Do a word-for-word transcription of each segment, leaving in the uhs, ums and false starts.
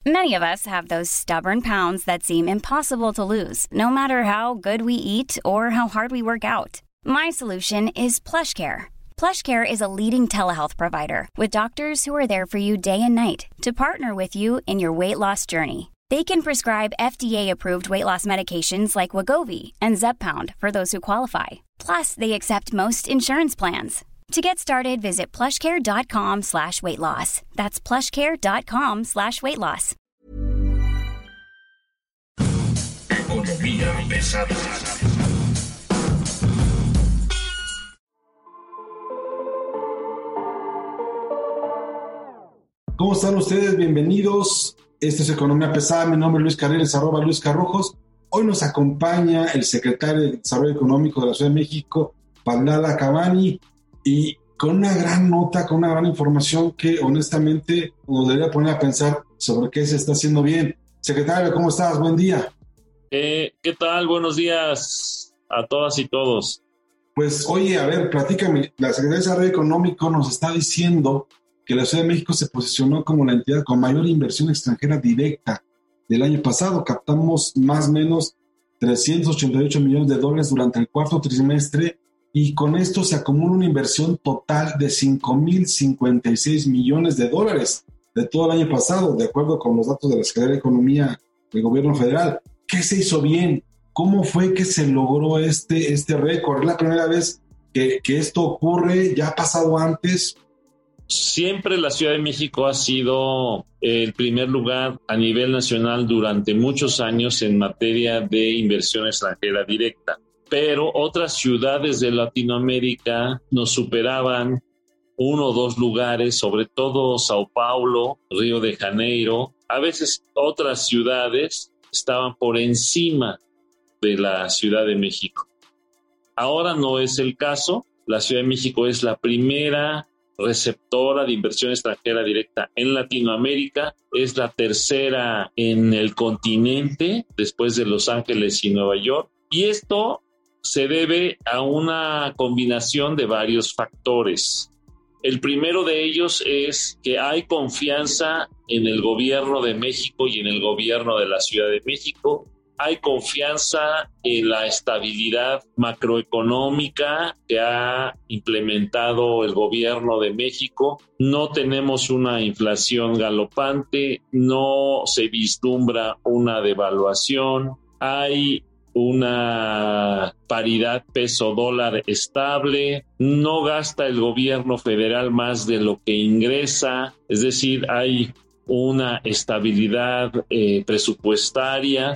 Many of us have those stubborn pounds that seem impossible to lose, no matter how good we eat or how hard we work out. My solution is PlushCare. PlushCare is a leading telehealth provider with doctors who are there for you day and night to partner with you in your weight loss journey. They can prescribe F D A-approved weight loss medications like Wegovy and Zepbound for those who qualify. Plus, they accept most insurance plans. To get started, visit plushcare.com slash weight loss. That's plushcare.com slash weight loss. Economía pesada. ¿Cómo están ustedes? Bienvenidos. Esto es Economía Pesada. Mi nombre es Luis Carreras, arroba Luis Carrujos. Hoy nos acompaña el secretario de Desarrollo Económico de la Ciudad de México, Pamela Cavani, y con una gran nota, con una gran información que honestamente nos debería poner a pensar sobre qué se está haciendo bien. Secretario, ¿cómo estás? Buen día. Eh, ¿Qué tal? Buenos días a todas y todos. Pues oye, a ver, platícame. La Secretaría de Desarrollo Económico nos está diciendo que la Ciudad de México se posicionó como la entidad con mayor inversión extranjera directa del año pasado. Captamos más o menos trescientos ochenta y ocho millones de dólares durante el cuarto trimestre y con esto se acumula una inversión total de cinco mil cincuenta y seis millones de dólares de todo el año pasado, de acuerdo con los datos de la Secretaría de Economía del Gobierno Federal. ¿Qué se hizo bien? ¿Cómo fue que se logró este, este récord? ¿Es la primera vez que, que esto ocurre? ¿Ya ha pasado antes? Siempre la Ciudad de México ha sido el primer lugar a nivel nacional durante muchos años en materia de inversión extranjera directa, pero otras ciudades de Latinoamérica nos superaban uno o dos lugares, sobre todo Sao Paulo, Río de Janeiro. A veces otras ciudades estaban por encima de la Ciudad de México. Ahora no es el caso. La Ciudad de México es la primera receptora de inversión extranjera directa en Latinoamérica, es la tercera en el continente después de Los Ángeles y Nueva York, y esto se debe a una combinación de varios factores. El primero de ellos es que hay confianza en el gobierno de México y en el gobierno de la Ciudad de México. Hay confianza en la estabilidad macroeconómica que ha implementado el gobierno de México. No tenemos una inflación galopante, no se vislumbra una devaluación, hay una paridad peso-dólar estable, no gasta el gobierno federal más de lo que ingresa, es decir, hay una estabilidad eh, presupuestaria,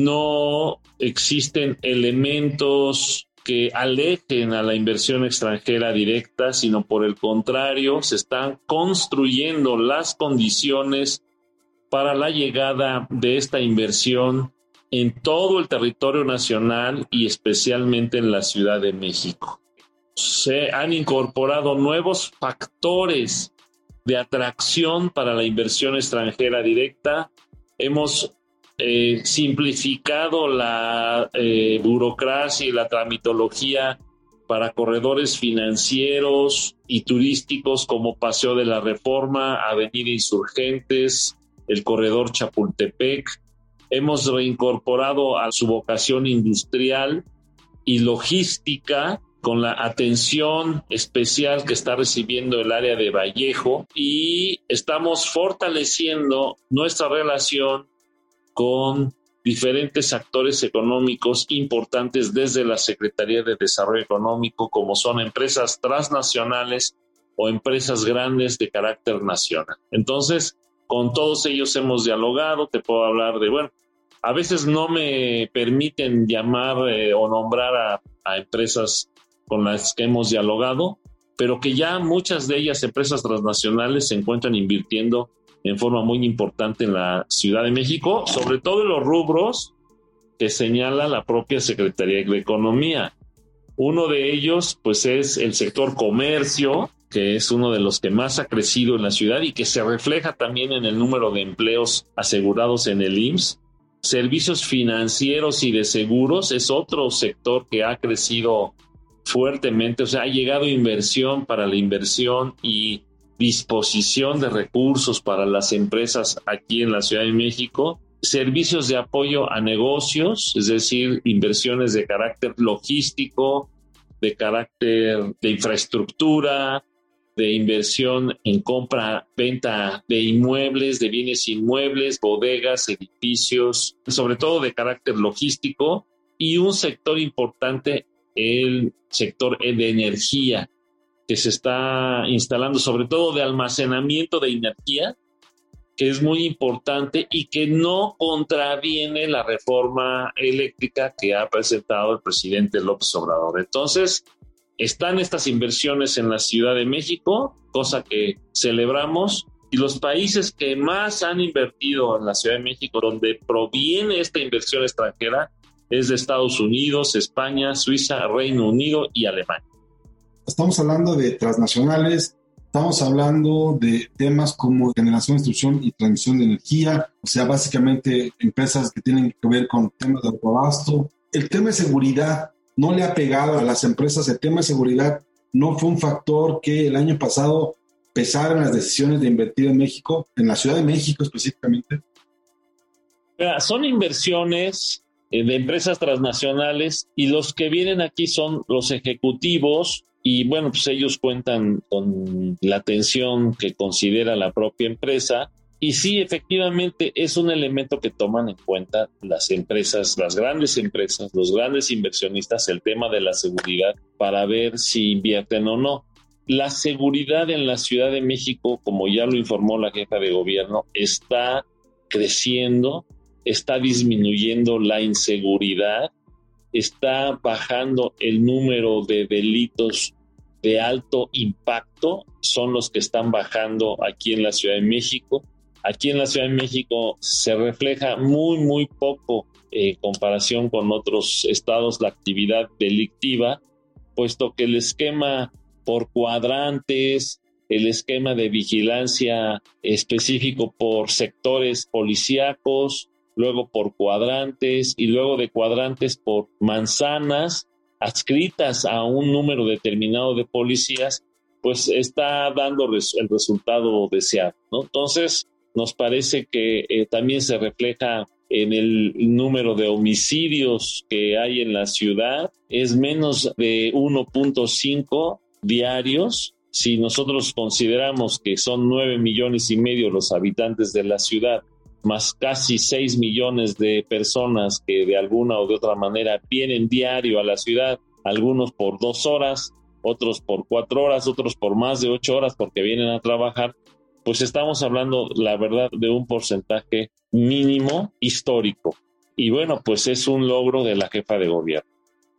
no existen elementos que alejen a la inversión extranjera directa, sino por el contrario, se están construyendo las condiciones para la llegada de esta inversión en todo el territorio nacional y especialmente en la Ciudad de México. Se han incorporado nuevos factores de atracción para la inversión extranjera directa. Hemos eh, simplificado la eh, burocracia y la tramitología para corredores financieros y turísticos como Paseo de la Reforma, Avenida Insurgentes, el corredor Chapultepec. Hemos reincorporado a su vocación industrial y logística con la atención especial que está recibiendo el área de Vallejo, y estamos fortaleciendo nuestra relación con diferentes actores económicos importantes desde la Secretaría de Desarrollo Económico, como son empresas transnacionales o empresas grandes de carácter nacional. Entonces, con todos ellos hemos dialogado. Te puedo hablar de, bueno, a veces no me permiten llamar eh, o nombrar a, a empresas con las que hemos dialogado, pero que ya muchas de ellas, empresas transnacionales, se encuentran invirtiendo en forma muy importante en la Ciudad de México, sobre todo en los rubros que señala la propia Secretaría de Economía. Uno de ellos, pues, es el sector comercio, que es uno de los que más ha crecido en la ciudad y que se refleja también en el número de empleos asegurados en el I M S S. Servicios financieros y de seguros es otro sector que ha crecido fuertemente, o sea, ha llegado inversión para la inversión y disposición de recursos para las empresas aquí en la Ciudad de México, servicios de apoyo a negocios, es decir, inversiones de carácter logístico, de carácter de infraestructura, de inversión en compra, venta de inmuebles, de bienes inmuebles, bodegas, edificios, sobre todo de carácter logístico, y un sector importante, el sector de energía, que se está instalando, sobre todo de almacenamiento de energía, que es muy importante y que no contraviene la reforma eléctrica que ha presentado el presidente López Obrador. Entonces, están estas inversiones en la Ciudad de México, cosa que celebramos, y los países que más han invertido en la Ciudad de México, donde proviene esta inversión extranjera, es de Estados Unidos, España, Suiza, Reino Unido y Alemania. Estamos hablando de transnacionales, estamos hablando de temas como generación, distribución y transmisión de energía, o sea, básicamente empresas que tienen que ver con temas de autoabasto. El tema de seguridad no le ha pegado a las empresas, el tema de seguridad no fue un factor que el año pasado pesara en las decisiones de invertir en México, en la Ciudad de México específicamente. Son inversiones de empresas transnacionales y los que vienen aquí son los ejecutivos y bueno, pues ellos cuentan con la atención que considera la propia empresa y sí, efectivamente es un elemento que toman en cuenta las empresas, las grandes empresas, los grandes inversionistas, el tema de la seguridad para ver si invierten o no. La seguridad en la Ciudad de México, como ya lo informó la jefa de gobierno, está creciendo, está disminuyendo la inseguridad, está bajando el número de delitos de alto impacto, son los que están bajando aquí en la Ciudad de México. Aquí en la Ciudad de México se refleja muy, muy poco en comparación con otros estados la actividad delictiva, puesto que el esquema por cuadrantes, el esquema de vigilancia específico por sectores policíacos, luego por cuadrantes y luego de cuadrantes por manzanas adscritas a un número determinado de policías, pues está dando res- el resultado deseado, ¿no? Entonces, nos parece que eh, también se refleja en el número de homicidios que hay en la ciudad, es menos de uno punto cinco diarios. Si nosotros consideramos que son nueve millones y medio los habitantes de la ciudad, más casi seis millones de personas que de alguna o de otra manera vienen diario a la ciudad, algunos por dos horas, otros por cuatro horas, otros por más de ocho horas porque vienen a trabajar, pues estamos hablando, la verdad, de un porcentaje mínimo histórico. Y bueno, pues es un logro de la jefa de gobierno.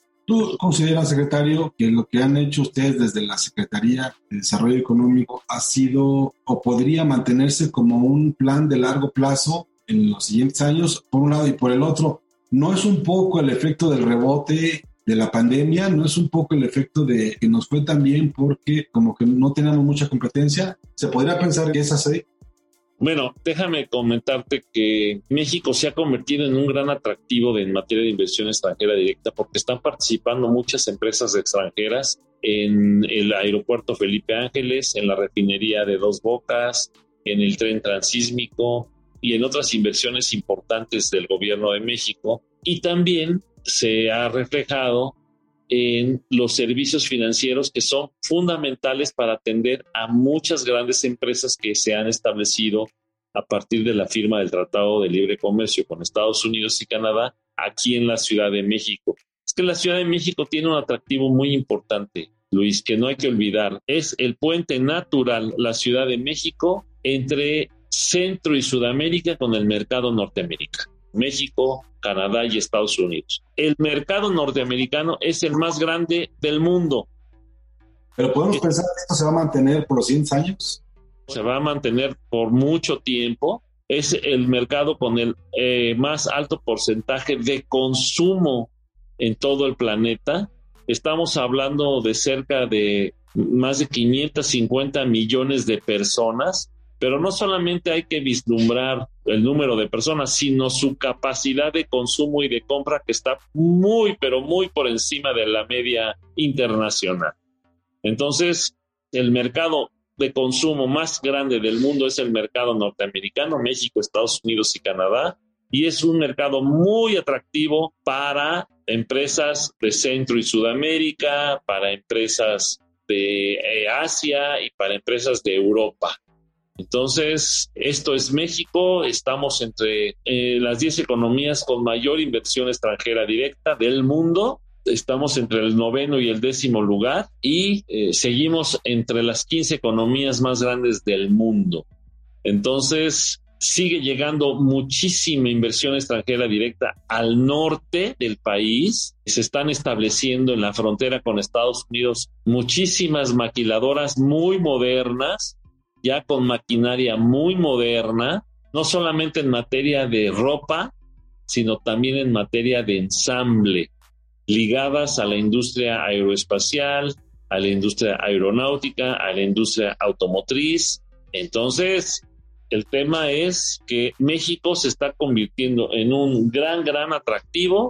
¿Tú consideras, secretario, que lo que han hecho ustedes desde la Secretaría de Desarrollo Económico ha sido o podría mantenerse como un plan de largo plazo en los siguientes años, por un lado, y por el otro? ¿No es un poco el efecto del rebote de la pandemia? ¿No es un poco el efecto de que nos fue tan bien porque como que no teníamos mucha competencia? ¿Se podría pensar que es así? Bueno, déjame comentarte que México se ha convertido en un gran atractivo de, en materia de inversión extranjera directa porque están participando muchas empresas extranjeras en el aeropuerto Felipe Ángeles, en la refinería de Dos Bocas, en el tren transísmico y en otras inversiones importantes del gobierno de México. Y también se ha reflejado en los servicios financieros que son fundamentales para atender a muchas grandes empresas que se han establecido a partir de la firma del Tratado de Libre Comercio con Estados Unidos y Canadá aquí en la Ciudad de México. Es que la Ciudad de México tiene un atractivo muy importante, Luis, que no hay que olvidar. Es el puente natural, la Ciudad de México, entre Centro y Sudamérica con el mercado norteamericano. México, Canadá y Estados Unidos. El mercado norteamericano es el más grande del mundo. ¿Pero podemos pensar que esto se va a mantener por los siguientes años? Se va a mantener por mucho tiempo. Es el mercado con el eh, más alto porcentaje de consumo en todo el planeta. Estamos hablando de cerca de más de quinientos cincuenta millones de personas. Pero no solamente hay que vislumbrar el número de personas, sino su capacidad de consumo y de compra que está muy, pero muy por encima de la media internacional. Entonces, el mercado de consumo más grande del mundo es el mercado norteamericano, México, Estados Unidos y Canadá, y es un mercado muy atractivo para empresas de Centro y Sudamérica, para empresas de eh, Asia y para empresas de Europa. Entonces, esto es México, estamos entre eh, las diez economías con mayor inversión extranjera directa del mundo, estamos entre el noveno y el décimo lugar y eh, seguimos entre las quince economías más grandes del mundo. Entonces, sigue llegando muchísima inversión extranjera directa al norte del país. Se están estableciendo en la frontera con Estados Unidos muchísimas maquiladoras muy modernas, ya con maquinaria muy moderna, no solamente en materia de ropa, sino también en materia de ensamble, ligadas a la industria aeroespacial, a la industria aeronáutica, a la industria automotriz. Entonces, el tema es que México se está convirtiendo en un gran, gran atractivo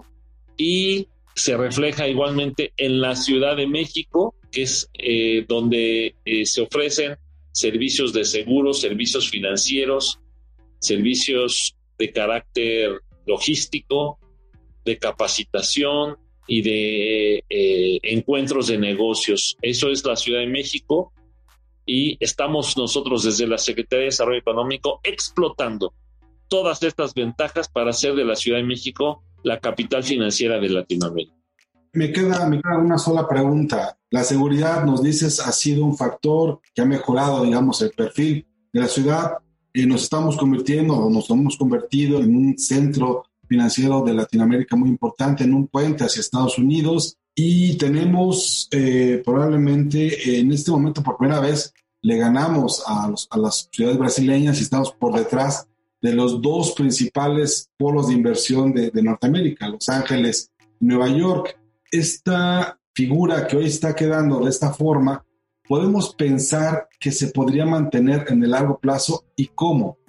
y se refleja igualmente en la Ciudad de México, que es eh, donde eh, se ofrecen servicios de seguros, servicios financieros, servicios de carácter logístico, de capacitación y de eh, encuentros de negocios. Eso es la Ciudad de México y estamos nosotros desde la Secretaría de Desarrollo Económico explotando todas estas ventajas para hacer de la Ciudad de México la capital financiera de Latinoamérica. Me queda, me queda una sola pregunta. La seguridad, nos dices, ha sido un factor que ha mejorado, digamos, el perfil de la ciudad. Eh, nos estamos convirtiendo o nos hemos convertido en un centro financiero de Latinoamérica muy importante, en un puente hacia Estados Unidos, y tenemos eh, probablemente eh, en este momento por primera vez le ganamos a, los, a las ciudades brasileñas y estamos por detrás de los dos principales polos de inversión de, de Norteamérica, Los Ángeles y Nueva York. Esta figura que hoy está quedando de esta forma, ¿podemos pensar que se podría mantener en el largo plazo y cómo?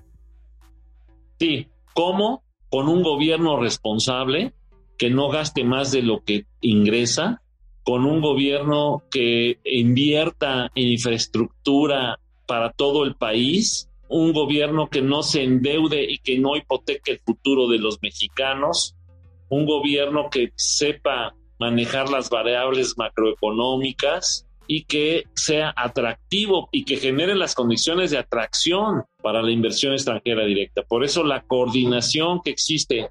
Sí, ¿cómo? Con un gobierno responsable que no gaste más de lo que ingresa, con un gobierno que invierta en infraestructura para todo el país, un gobierno que no se endeude y que no hipoteque el futuro de los mexicanos, un gobierno que sepa manejar las variables macroeconómicas y que sea atractivo y que genere las condiciones de atracción para la inversión extranjera directa. Por eso la coordinación que existe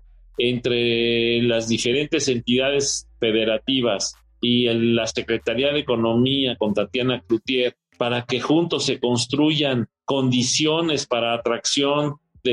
entre las diferentes entidades federativas y el, la Secretaría de Economía con Tatiana Cloutier, para que juntos se construyan condiciones para atracción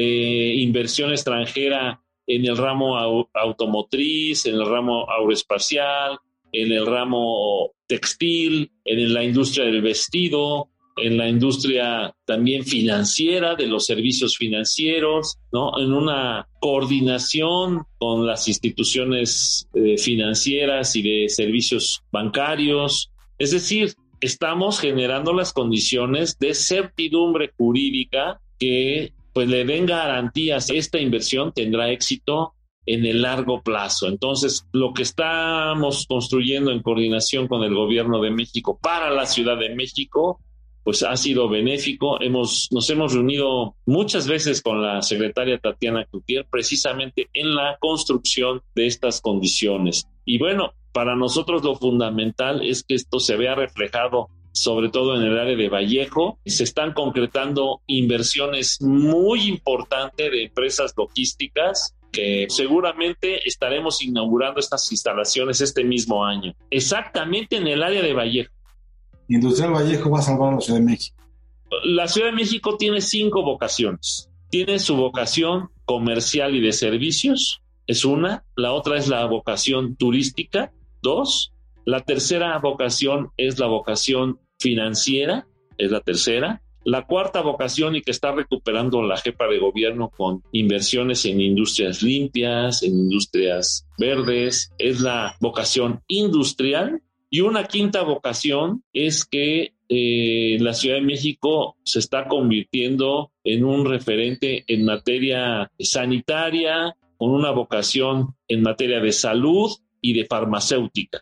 de inversión extranjera en el ramo au- automotriz, en el ramo aeroespacial, en el ramo textil, en la industria del vestido, en la industria también financiera, de los servicios financieros, ¿no? En una coordinación con las instituciones eh, financieras y de servicios bancarios. Es decir, estamos generando las condiciones de certidumbre jurídica que pues le den garantías. Esta inversión tendrá éxito en el largo plazo. Entonces, lo que estamos construyendo en coordinación con el Gobierno de México para la Ciudad de México, pues ha sido benéfico. Hemos, nos hemos reunido muchas veces con la secretaria Tatiana Cloutier precisamente en la construcción de estas condiciones. Y bueno, para nosotros lo fundamental es que esto se vea reflejado sobre todo en el área de Vallejo. Se están concretando inversiones muy importantes de empresas logísticas que seguramente estaremos inaugurando estas instalaciones este mismo año, exactamente en el área de Vallejo. Industrial Vallejo va a salvar a la Ciudad de México. La Ciudad de México tiene cinco vocaciones. Tiene su vocación comercial y de servicios, es una. La otra es la vocación turística, dos. La tercera vocación es la vocación financiera, es la tercera. La cuarta vocación, y que está recuperando la jefa de gobierno con inversiones en industrias limpias, en industrias verdes, es la vocación industrial. Y una quinta vocación es que eh, la Ciudad de México se está convirtiendo en un referente en materia sanitaria, con una vocación en materia de salud y de farmacéutica.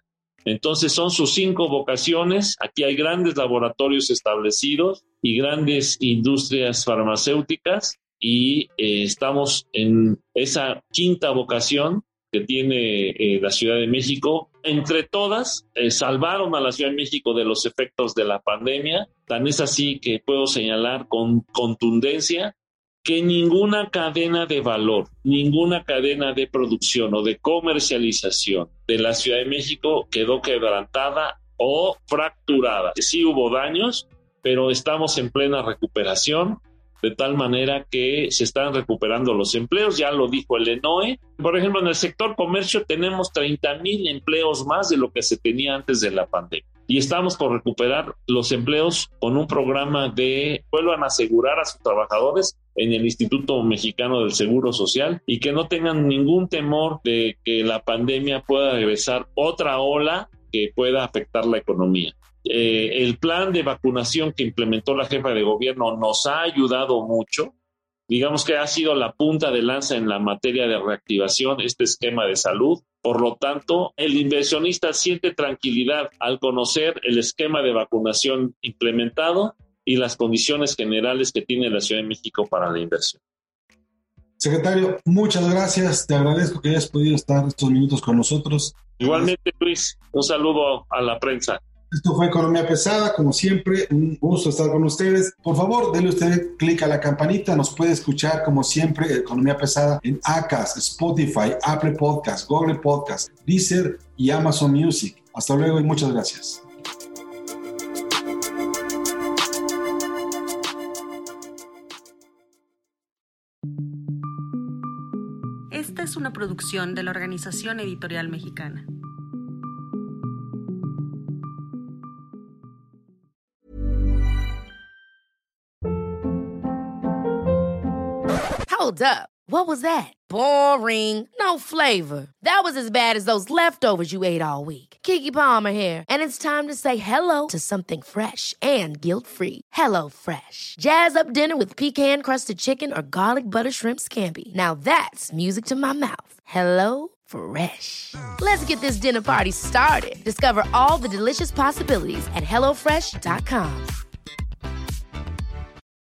Entonces son sus cinco vocaciones. Aquí hay grandes laboratorios establecidos y grandes industrias farmacéuticas y eh, estamos en esa quinta vocación que tiene eh, la Ciudad de México. Entre todas, eh, salvaron a la Ciudad de México de los efectos de la pandemia. Tan es así que puedo señalar con contundencia que ninguna cadena de valor, ninguna cadena de producción o de comercialización de la Ciudad de México quedó quebrantada o fracturada. Sí hubo daños, pero estamos en plena recuperación, de tal manera que se están recuperando los empleos, ya lo dijo el ENOE. Por ejemplo, en el sector comercio tenemos treinta mil empleos más de lo que se tenía antes de la pandemia. Y estamos por recuperar los empleos con un programa de vuelvan a asegurar a sus trabajadores en el Instituto Mexicano del Seguro Social y que no tengan ningún temor de que la pandemia pueda regresar otra ola que pueda afectar la economía. Eh, el plan de vacunación que implementó la jefa de gobierno nos ha ayudado mucho. Digamos que ha sido la punta de lanza en la materia de reactivación, este esquema de salud. Por lo tanto, el inversionista siente tranquilidad al conocer el esquema de vacunación implementado y las condiciones generales que tiene la Ciudad de México para la inversión. Secretario, muchas gracias. Te agradezco que hayas podido estar estos minutos con nosotros. Igualmente, Luis, un saludo a la prensa. Esto fue Economía Pesada, como siempre, un gusto estar con ustedes. Por favor, denle usted clic a la campanita, nos puede escuchar como siempre Economía Pesada en Acast, Spotify, Apple Podcast, Google Podcast, Deezer y Amazon Music. Hasta luego y muchas gracias. Esta es una producción de la Organización Editorial Mexicana. Hold up. What was that? Boring. No flavor. That was as bad as those leftovers you ate all week. Keke Palmer here, and it's time to say hello to something fresh and guilt-free. Hello Fresh. Jazz up dinner with pecan-crusted chicken or garlic butter shrimp scampi. Now that's music to my mouth. Hello Fresh. Let's get this dinner party started. Discover all the delicious possibilities at hello fresh dot com.